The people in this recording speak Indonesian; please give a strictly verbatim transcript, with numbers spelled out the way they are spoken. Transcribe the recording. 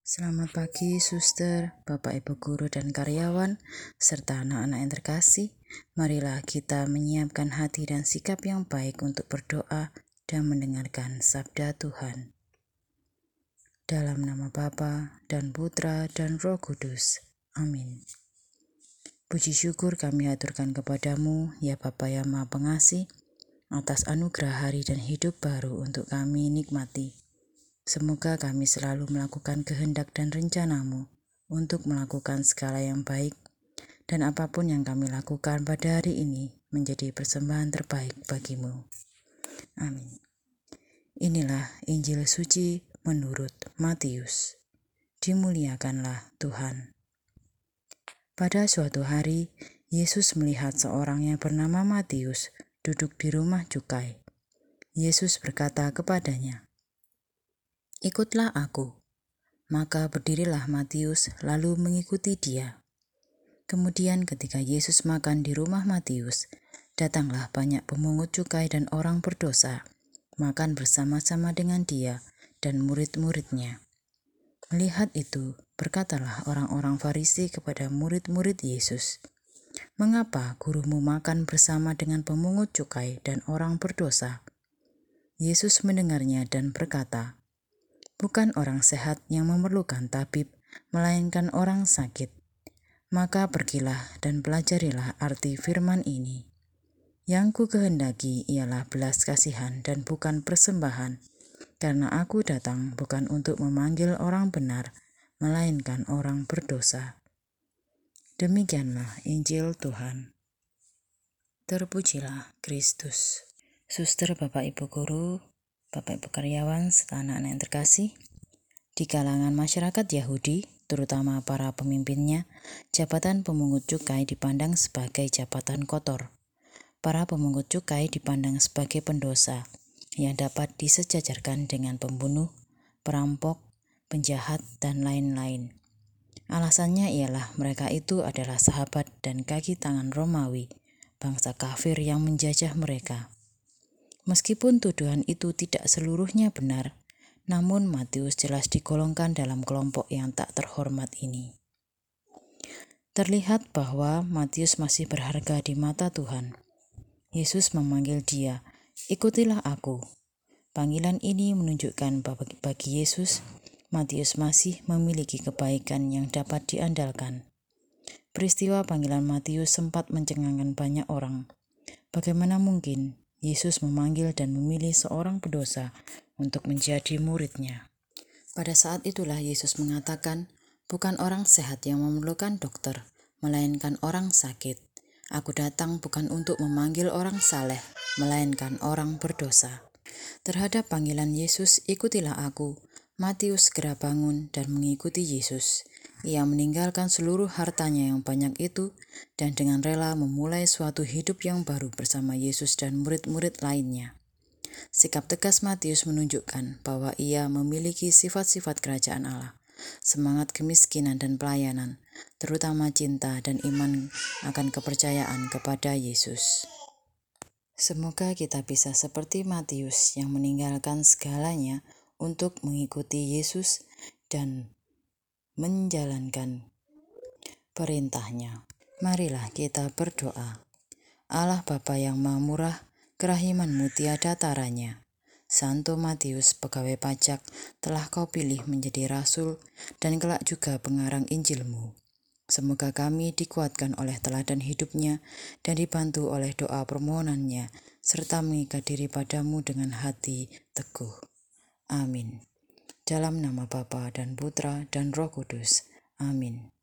Selamat pagi, suster, Bapak Ibu guru dan karyawan, serta anak-anak yang terkasih. Marilah kita menyiapkan hati dan sikap yang baik untuk berdoa dan mendengarkan sabda Tuhan. Dalam nama Bapa dan Putra dan Roh Kudus. Amin. Puji syukur kami aturkan kepadamu, ya Bapa yang Maha Pengasih, atas anugerah hari dan hidup baru untuk kami nikmati. Semoga kami selalu melakukan kehendak dan rencanamu untuk melakukan segala yang baik, dan apapun yang kami lakukan pada hari ini menjadi persembahan terbaik bagimu. Amin. Inilah Injil suci menurut Matius. Dimuliakanlah Tuhan. Pada suatu hari, Yesus melihat seorang yang bernama Matius duduk di rumah cukai. Yesus berkata kepadanya, "Ikutlah aku." Maka berdirilah Matius lalu mengikuti dia. Kemudian ketika Yesus makan di rumah Matius, datanglah banyak pemungut cukai dan orang berdosa, makan bersama-sama dengan dia dan murid-muridnya. Melihat itu, berkatalah orang-orang Farisi kepada murid-murid Yesus, "Mengapa gurumu makan bersama dengan pemungut cukai dan orang berdosa?" Yesus mendengarnya dan berkata, "Bukan orang sehat yang memerlukan tabib, melainkan orang sakit. Maka pergilah dan pelajarilah arti firman ini. Yang ku kehendaki ialah belas kasihan dan bukan persembahan, karena aku datang bukan untuk memanggil orang benar, melainkan orang berdosa." Demikianlah Injil Tuhan. Terpujilah Kristus. Suster, Bapak Ibu guru, Bapak Ibu karyawan, serta anak-anak yang terkasih, di kalangan masyarakat Yahudi, terutama para pemimpinnya, jabatan pemungut cukai dipandang sebagai jabatan kotor. Para pemungut cukai dipandang sebagai pendosa yang dapat disejajarkan dengan pembunuh, perampok, penjahat, dan lain-lain. Alasannya ialah mereka itu adalah sahabat dan kaki tangan Romawi, bangsa kafir yang menjajah mereka. Meskipun tuduhan itu tidak seluruhnya benar, namun Matius jelas digolongkan dalam kelompok yang tak terhormat ini. Terlihat bahwa Matius masih berharga di mata Tuhan. Yesus memanggil dia, "Ikutilah aku." Panggilan ini menunjukkan bahwa bagi Yesus, Matius masih memiliki kebaikan yang dapat diandalkan. Peristiwa panggilan Matius sempat mencengangkan banyak orang. Bagaimana mungkin Yesus memanggil dan memilih seorang pendosa untuk menjadi muridnya? Pada saat itulah Yesus mengatakan, "Bukan orang sehat yang memerlukan dokter, melainkan orang sakit. Aku datang bukan untuk memanggil orang saleh, melainkan orang berdosa." Terhadap panggilan Yesus, "Ikutilah aku," Matius segera bangun dan mengikuti Yesus. Ia meninggalkan seluruh hartanya yang banyak itu dan dengan rela memulai suatu hidup yang baru bersama Yesus dan murid-murid lainnya. Sikap tegas Matius menunjukkan bahwa ia memiliki sifat-sifat kerajaan Allah, semangat kemiskinan dan pelayanan, terutama cinta dan iman akan kepercayaan kepada Yesus. Semoga kita bisa seperti Matius yang meninggalkan segalanya untuk mengikuti Yesus dan menjalankan perintahnya. Marilah kita berdoa. Allah Bapa yang Maha Murah, kerahiman-Mu tiada taranya. Santo Matius, pegawai pajak, telah Kau pilih menjadi rasul dan kelak juga pengarang Injil-Mu. Semoga kami dikuatkan oleh teladan hidupnya dan dibantu oleh doa permohonannya, serta mengikat diri padamu dengan hati teguh. Amin. Dalam nama Bapa dan Putra dan Roh Kudus. Amin.